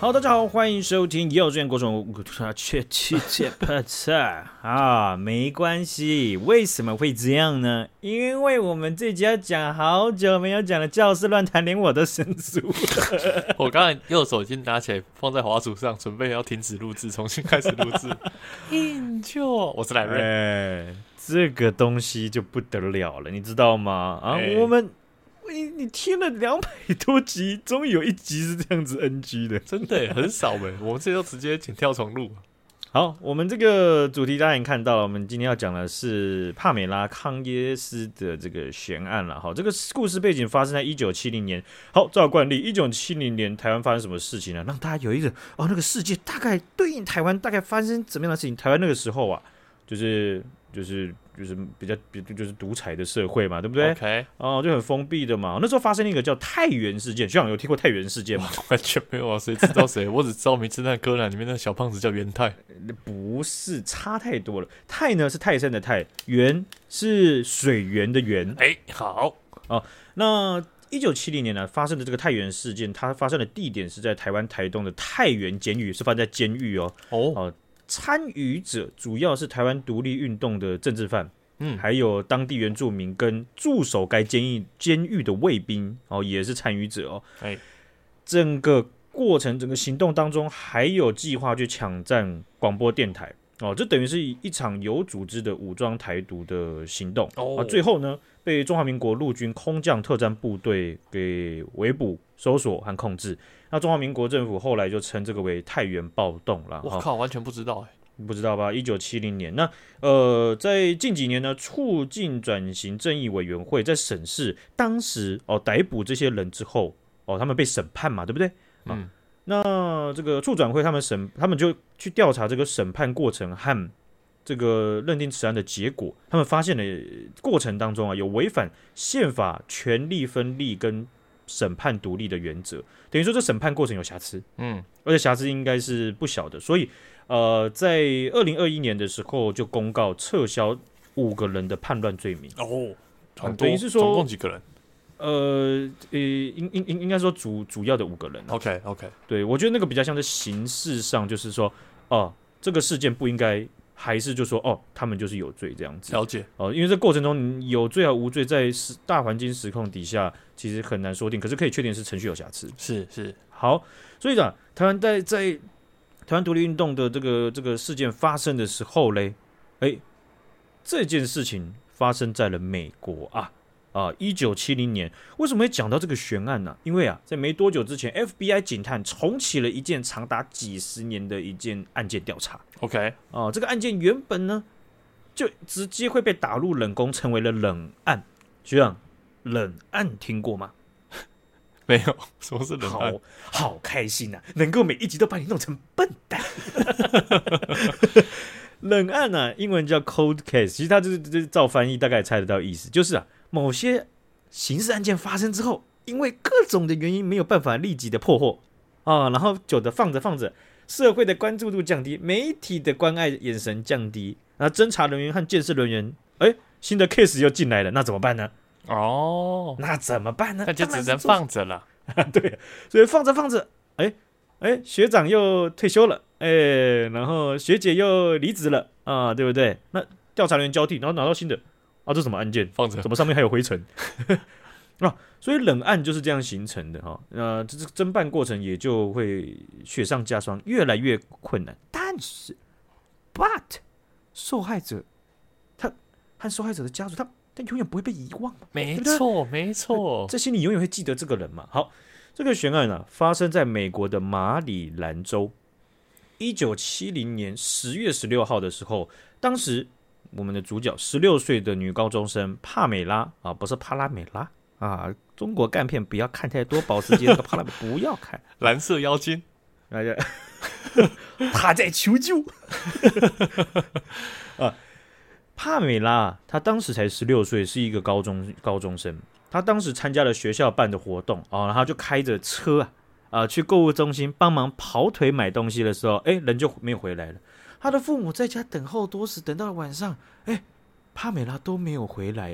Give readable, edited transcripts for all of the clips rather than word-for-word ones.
好，大家好，欢迎收听幼稚园国中啊，没关系，为什么会这样呢？因为我们这集要讲好久没有讲的教室乱谈，连我都生疏了。 我刚才右手已经拿起来放在滑鼠上，准备要停止录制，重新开始录制。我是赖瑞， 这个东西就不得了了，你知道吗？啊，我们。你听了200多集，终于有一集是这样子 NG 的， 真的很少耶。我们这都直接剪跳重录。 好，我们这个主题大家已经看到了，我们今天要讲的是帕美拉·康耶斯的这个悬案了。好，这个故事背景发生在1970年。好，照惯例，1970年台湾发生什么事情呢？让大家有一个那个世界大概对应台湾大概发生怎么样的事情？台湾那个时候啊，就是比较就是独裁的社会嘛，对不对 ？OK， 就很封闭的嘛。那时候发生了一个叫太原事件，学长有听过太原事件吗？ 完全没有啊，谁知道谁？我只知道名侦探柯南里面那个小胖子叫元太， 不是，差太多了。太呢是泰山的泰，源是水源的源。 好那1970年呢发生的这个太原事件，它发生的地点是在台湾台东的太原监狱，是发生在监狱参与者主要是台湾独立运动的政治犯，还有当地原住民跟驻守该监狱的卫兵，也是参与者整个过程、整个行动当中，还有计划去抢占广播电台，这等于是一场有组织的武装台独的行动。最后呢，被中华民国陆军空降特战部队给围捕、搜索和控制。那中华民国政府后来就称这个为太原暴动了。 我靠，完全不知道不知道吧？1970年，那在近几年呢，促进转型正义委员会在审视当时逮捕这些人之后，他们被审判嘛，对不对？那这个促转会他们就去调查这个审判过程和这个认定此案的结果，他们发现的过程当中有违反宪法权力分立跟审判独立的原则，等于说这审判过程有瑕疵，而且瑕疵应该是不小的，所以在2021年的时候就公告撤销5个人的叛乱罪名。等于是说总共几个人？ 应该说主要的5个人。 OK， 对，我觉得那个比较像是形式上，就是说这个事件不应该。还是就说他们就是有罪这样子。 了解因为这过程中你有罪还无罪，在大环境时空底下，其实很难说定。可是可以确定是程序有瑕疵。 是好，所以讲台湾在台湾独立运动的这个事件发生的时候嘞，这件事情发生在了美国1970年，为什么会讲到这个悬案呢？因为在没多久之前 ，FBI 警探重启了一件长达几十年的一件案件调查。 OK， 这个案件原本呢，就直接会被打入冷宫，成为了冷案。学长，冷案听过吗？ 没有，什么是冷案？ 好开心能够每一集都把你弄成笨蛋。冷案英文叫 cold case， 其实它就是照翻译，大概猜得到意思，就是某些刑事案件发生之后，因为各种的原因没有办法立即的破获然后久的放着，社会的关注度降低，媒体的关爱眼神降低，然后侦查人员和监视人员，新的 case 又进来了，那怎么办呢？那怎么办呢？ 那就只能放着了。 对，所以放着，学长又退休了，然后学姐又离职了对不对？那调查人员交替，然后拿到新的这什么案件？ 放着， 怎么上面还有灰尘？所以冷案就是这样形成的这侦办过程也就会雪上加霜，越来越困难。但是 ，but 受害者他和受害者的家属，他永远不会被遗忘嘛？ 没错， 在心里永远会记得这个人嘛。好，这个悬案发生在美国的马里兰州。1970年10月16号的时候，当时我们的主角16岁的女高中生帕美拉不是帕拉美拉中国干片不要看太多，保时捷那个帕拉美不要看。 蓝色妖精， 他在求救。帕美拉她当时才16岁，是一个高中生。她当时参加了学校办的活动然后就开着车去购物中心帮忙跑腿买东西的时候，人就没有回来了。她的父母在家等候多时，等到了晚上，帕美拉都没有回来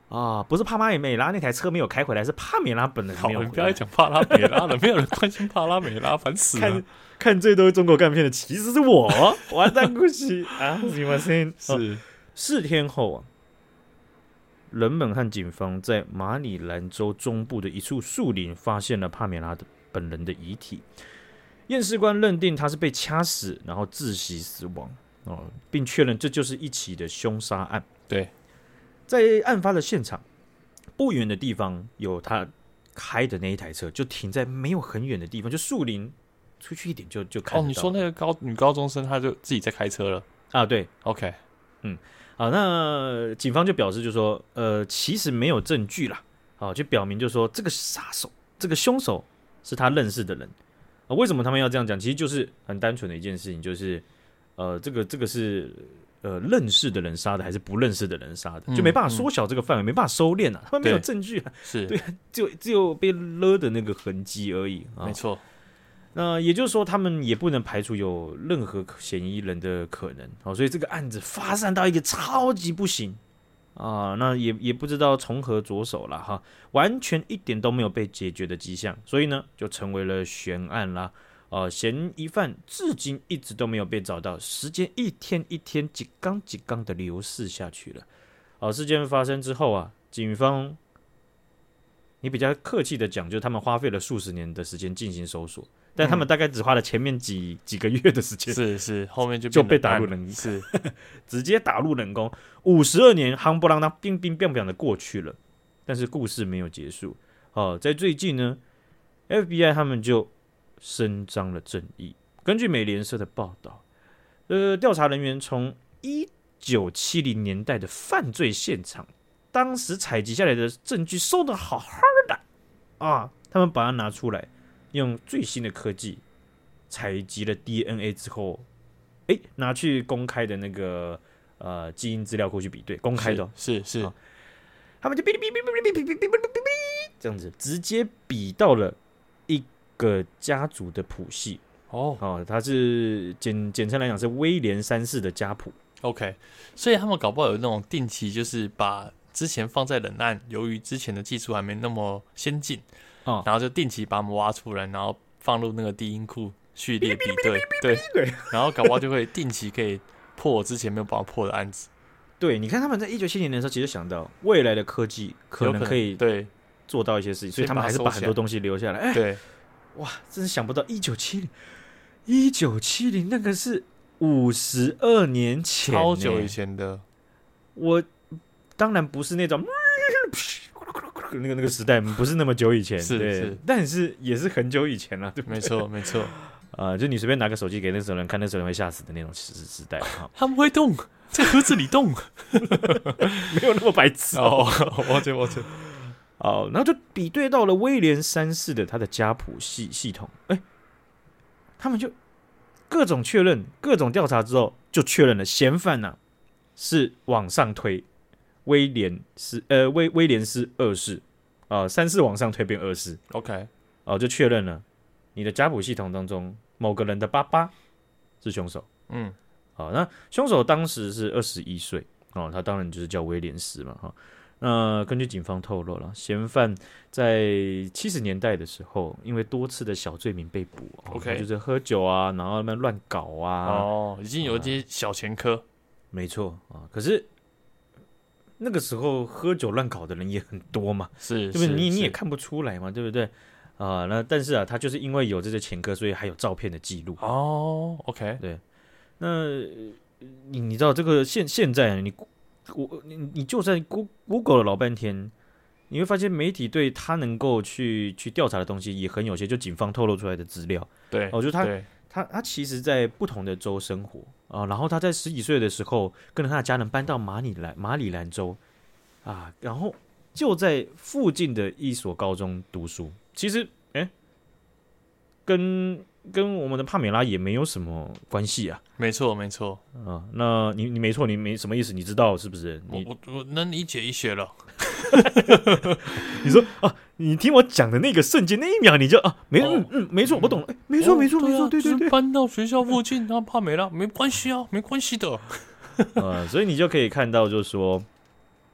不是帕拉梅拉那台车没有开回来，是帕梅拉本人没有回来。 你不要再讲帕拉梅拉了，没有人关心帕拉梅拉，烦死了。 看最多中国干片的其实是我，完蛋不起啊！すみません。 是 4天后啊，人们和警方在马里兰州中部的一处树林发现了帕梅拉的本人的遗体。验尸官认定他是被掐死，然后窒息死亡，并确认这就是一起的凶杀案。 对， 在案发的现场不远的地方有他开的那一台车，就停在没有很远的地方，就树林出去一点就看得到。 你说那个女高中生，她就自己在开车了啊？对 ，OK， 那警方就表示就说，其实没有证据啦，就表明就说这个杀手、这个凶手是他认识的人。为什么他们要这样讲？其实就是很单纯的一件事情，就是这个是认识的人杀的，还是不认识的人杀的，就没办法缩小这个范围，没办法收敛啊，他们没有证据啊， 是对，只有被勒的那个痕迹而已没错。 那也就是说，他们也不能排除有任何嫌疑人的可能，所以这个案子发散到一个超级不行那也不知道从何着手了哈，完全一点都没有被解决的迹象，所以呢，就成为了悬案啦。嫌疑犯至今一直都没有被找到，时间一天一天几缸几缸的流逝下去了。事件发生之后啊，警方，你比较客气的讲，就是他们花费了数十年的时间进行搜索。但他们大概只花了前面几个月的时间， 是后面就被打入冷宫， 是直接打入冷宫。52年夯不啷当、冰冰冰冰的过去了，但是故事没有结束。在最近呢 ，FBI 他们就伸张了正义。根据美联社的报道，调查人员从1970年代的犯罪现场，当时采集下来的证据收得好好的他们把它拿出来。用最新的科技采集了 DNA 之后，拿去公开的那个基因资料库去比对，公开的是， 他们就这样子直接比到了一个家族的谱系它是简称来讲是威廉3世的家谱 ，OK， 所以他们搞不好有那种定期，就是把之前放在冷暗，由于之前的技术还没那么先进。然后就定期把它们挖出来，然后放入那个基因库序列比对，然后搞不好就会定期可以破之前没有把它破的案子。 对，你看他们在1970年的时候，其实想到未来的科技可能可以对做到一些事情，所以他们还是把很多东西留下来。 对， 哇，真是想不到1970那个是52年前， 超久以前的。 我当然不是那种。那个时代不是那么久以前， 是， 但是也是很久以前了，对不对？ 没错， 就你随便拿个手机给那时候人看，那时候人会吓死的那种时代他们会动，在盒子里动， 没有那么白痴我觉然后就比对到了威廉3世的他的家谱系统，他们就各种确认、各种调查之后，就确认了嫌犯是往上推。威廉斯2世3世往上推变2世 ，OK， 就确认了你的家谱系统当中某个人的爸爸是凶手。那凶手当时是21岁他当然就是叫威廉斯嘛根据警方透露了，嫌犯在70年代的时候，因为多次的小罪名被捕 ，OK， 就是喝酒然后那边乱搞已经有一些小前科， 没错可是。那个时候喝酒乱搞的人也很多嘛， 是， 对不对？你也看不出来嘛，对不对？那但是他就是因为有这些前科，所以还有照片的记录。 OK， 对。那你知道这个现在你就算 Google 了老半天，你会发现媒体对他能够去调查的东西也很有限，就警方透露出来的资料。 对， 就他其实在不同的州生活然后他在10几岁的时候跟着他的家人搬到马里兰州然后就在附近的一所高中读书。其实跟我们的帕美拉也没有什么关系没错那你没错，你没什么意思，你知道是不是？ 我能理解一些了。 你说你听我讲的那个瞬间，那一秒你就没错，我懂了。没错，对， 搬到学校附近，然后帕美拉没关系的。 所以你就可以看到，就是说，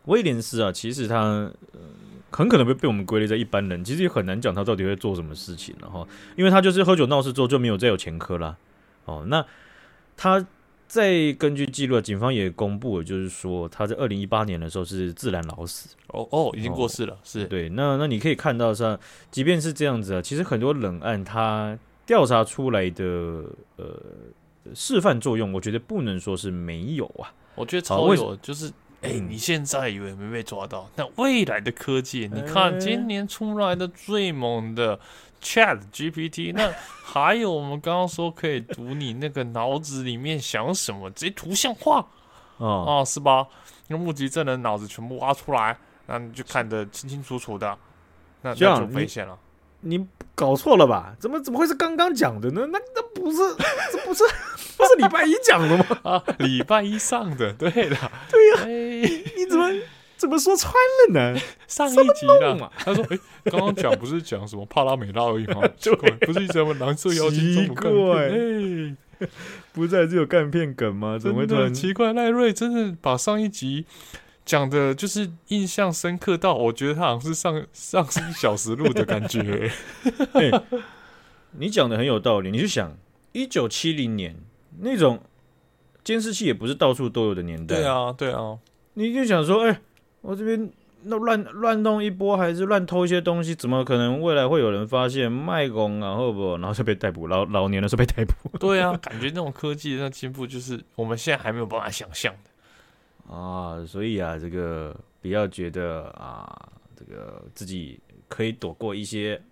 威廉斯啊，其实他很可能被我们归类在一般人，其实也很难讲他到底会做什么事情了哈，因为他就是喝酒闹事之后就没有再有前科啦。哦，那他在根据记录，警方也公布了，就是说他在2018年的时候是自然老死。 已经过世了，是对。那你可以看到是，即便是这样子啊，其实很多冷案他调查出来的示范作用，我觉得不能说是没有啊。 我觉得超有，就是你现在以为没被抓到，但未来的科技，你看今年出来的最猛的 Chat GPT， 那还有我们刚刚说可以读你那个脑子里面想什么，直接图像化是吧？用目击证人脑子全部挖出来，那你就看得清清楚楚的，那就危险了。 你搞错了吧？怎么会是刚刚讲的呢？那不是，这不是礼拜一讲的吗？ 礼拜一上的，对的， 对呀。你怎么说穿了呢？ 上一集啦，他说：“刚刚讲不是讲什么帕拉美拉而已吗？不是什么蓝色妖精这么干片？ 不是还是有干片梗吗？怎么会突然奇怪？赖瑞真的把上一集讲的，就是印象深刻到，我觉得他好像是上1小时录的感觉。 你讲的很有道理，你去想1970年那种监视器也不是到处都有的年代。 对啊， 你就想说，我这边那乱弄一波，还是乱偷一些东西，怎么可能未来会有人发现卖公啊，会不会然后就被逮捕？老年的时候被逮捕。 对啊，感觉那种科技的那进步，就是我们现在还没有办法想象的啊。所以啊，这个不要觉得啊，这个自己可以躲过一些。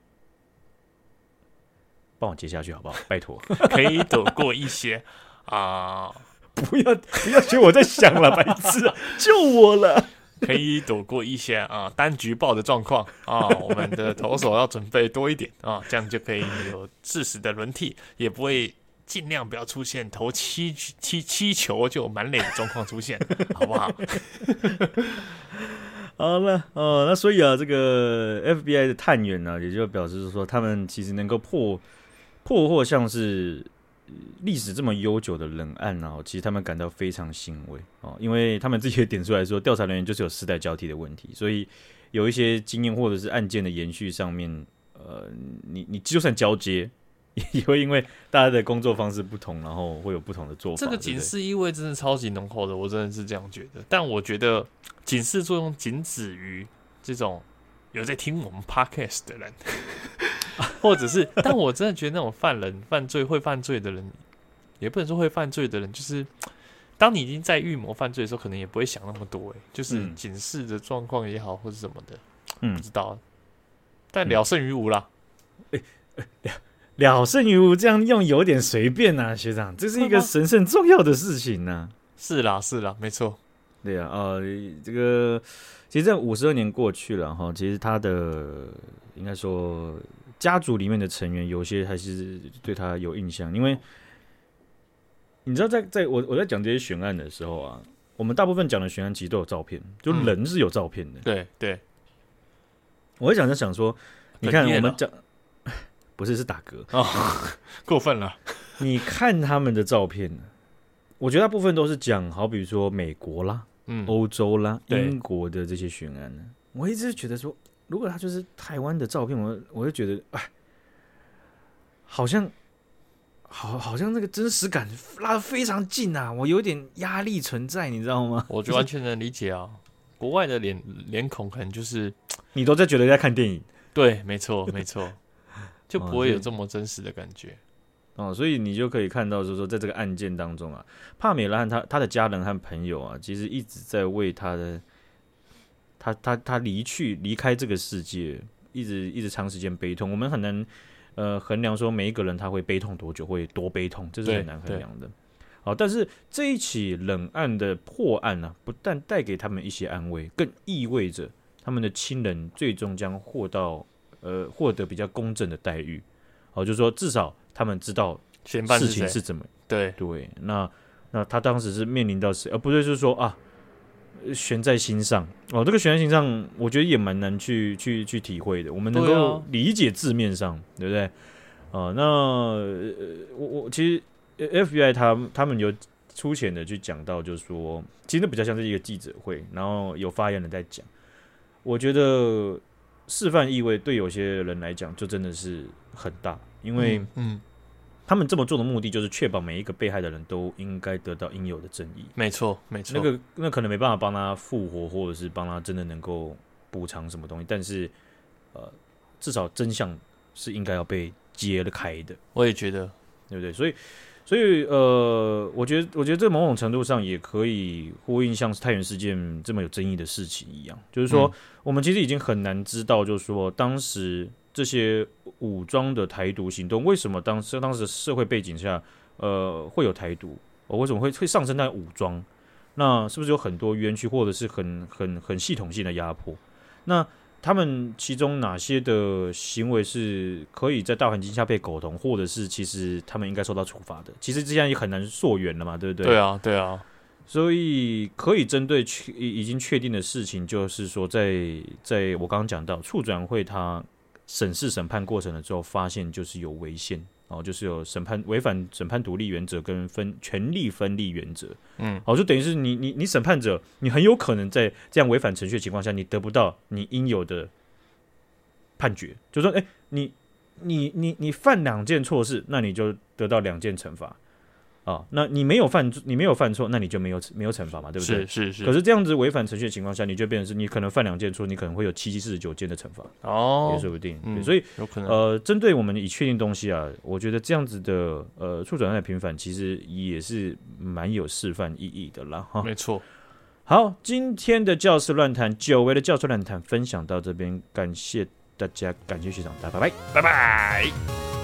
帮我接下去好不好？拜托， 可以躲过一些啊！ 不要学我在想了，白痴啊，救我了！ 可以躲过一些单局爆的状况啊，我们的投手要准备多一点啊，这样就可以有适时的轮替，也不会尽量不要出现投七球就有满垒的状况出现，好不好？ 好了那所以啊，这个 FBI 的探员呢，也就表示说，他们其实能够破获像是历史这么悠久的冷案啊，其实他们感到非常欣慰因为他们自己也点出来说，调查人员就是有世代交替的问题，所以有一些经验或者是案件的延续上面，你就算交接，也会因为大家的工作方式不同，然后会有不同的做法。 这个警示意味真的超级浓厚的，我真的是这样觉得。但我觉得警示作用仅止于这种有在听我们 podcast 的人。或者是，但我真的觉得那种会犯罪的人，也不能说会犯罪的人，就是当你已经在预谋犯罪的时候，可能也不会想那么多，就是警示的状况也好，或是什么的，不知道，但了胜于无啦。 了胜于无这样用有点随便啊，学长，这是一个神圣重要的事情啊。 是啦，没错。 对啊，这个其实这52年过去了哈，其实他的应该说家族里面的成员有些还是对他有印象，因为你知道在我在讲这些悬案的时候啊，我们大部分讲的悬案其实都有照片，就人是有照片的。 对， 我会在想说，你看我们讲不是打嗝过分了。 你看他们的照片，我觉得大部分都是讲，好比说美国啦、欧洲啦、英国的这些悬案呢。我一直觉得说，如果他就是台湾的照片，我就觉得，好像那个真实感拉得非常近啊，我有点压力存在，你知道吗？ 我就完全能理解啊，国外的脸孔可能就是你都在觉得在看电影， 对，没错，就不会有这么真实的感觉。 所以你就可以看到，就是说，在这个案件当中啊，帕美拉和他的家人和朋友啊，其实一直在为他的他离开这个世界，一直长时间悲痛。我们很难衡量说每一个人他会悲痛多久，会多悲痛，这是很难衡量的。好，但是这一起冷案的破案呢，不但带给他们一些安慰，更意味着他们的亲人最终将获得比较公正的待遇。好，就是说至少他们知道事情是怎么对。 那他当时是面临到谁，而不是就是说悬在心上这个悬在心上，我觉得也蛮难去体会的。我们能够理解字面上，对不对？那我其实 FBI 他们有粗浅的去讲到，就是说，其实那比较像是一个记者会，然后有发言人在讲。我觉得示范意味对有些人来讲，就真的是很大，因为他们这么做的目的就是确保每一个被害的人都应该得到应有的正义。 没错，没错。 那可能没办法帮他复活，或者是帮他真的能够补偿什么东西，但是至少真相是应该要被揭开的。 我也觉得， 对不对？所以我觉得这某种程度上也可以呼应像是太原事件这么有争议的事情一样，就是说我们其实已经很难知道，就是说当时这些武装的台独行动为什么当时的社会背景下会有台独，为什么会上升到武装？那是不是有很多冤屈，或者是很系统性的压迫？那他们其中哪些的行为是可以在大环境下被苟同，或者是其实他们应该受到处罚的？其实这样也很难溯源了嘛，对不对？ 对啊，对啊。 所以可以针对已经确定的事情，就是说在我刚刚讲到处转会他审判过程了之后，发现就是有违宪，就是有违反审判独立原则跟权力分立原则。就等于是你审判者，你很有可能在这样违反程序的情况下，你得不到你应有的判决。就说，你犯2件错事，那你就得到2件惩罚。那你没有犯错，那你就没有惩罚嘛，对不对？ 是。 可是这样子违反程序的情况下，你就变成是你可能犯2件错，你可能会有7749件的惩罚。也说不定。所以有可能针对我们已确定东西啊，我觉得这样子的处转案的平反，其实也是蛮有示范意义的啦。 没错。 好，今天的教室乱谈，久违的教室乱谈分享到这边，感谢大家，感谢学长，大家拜拜， 拜拜。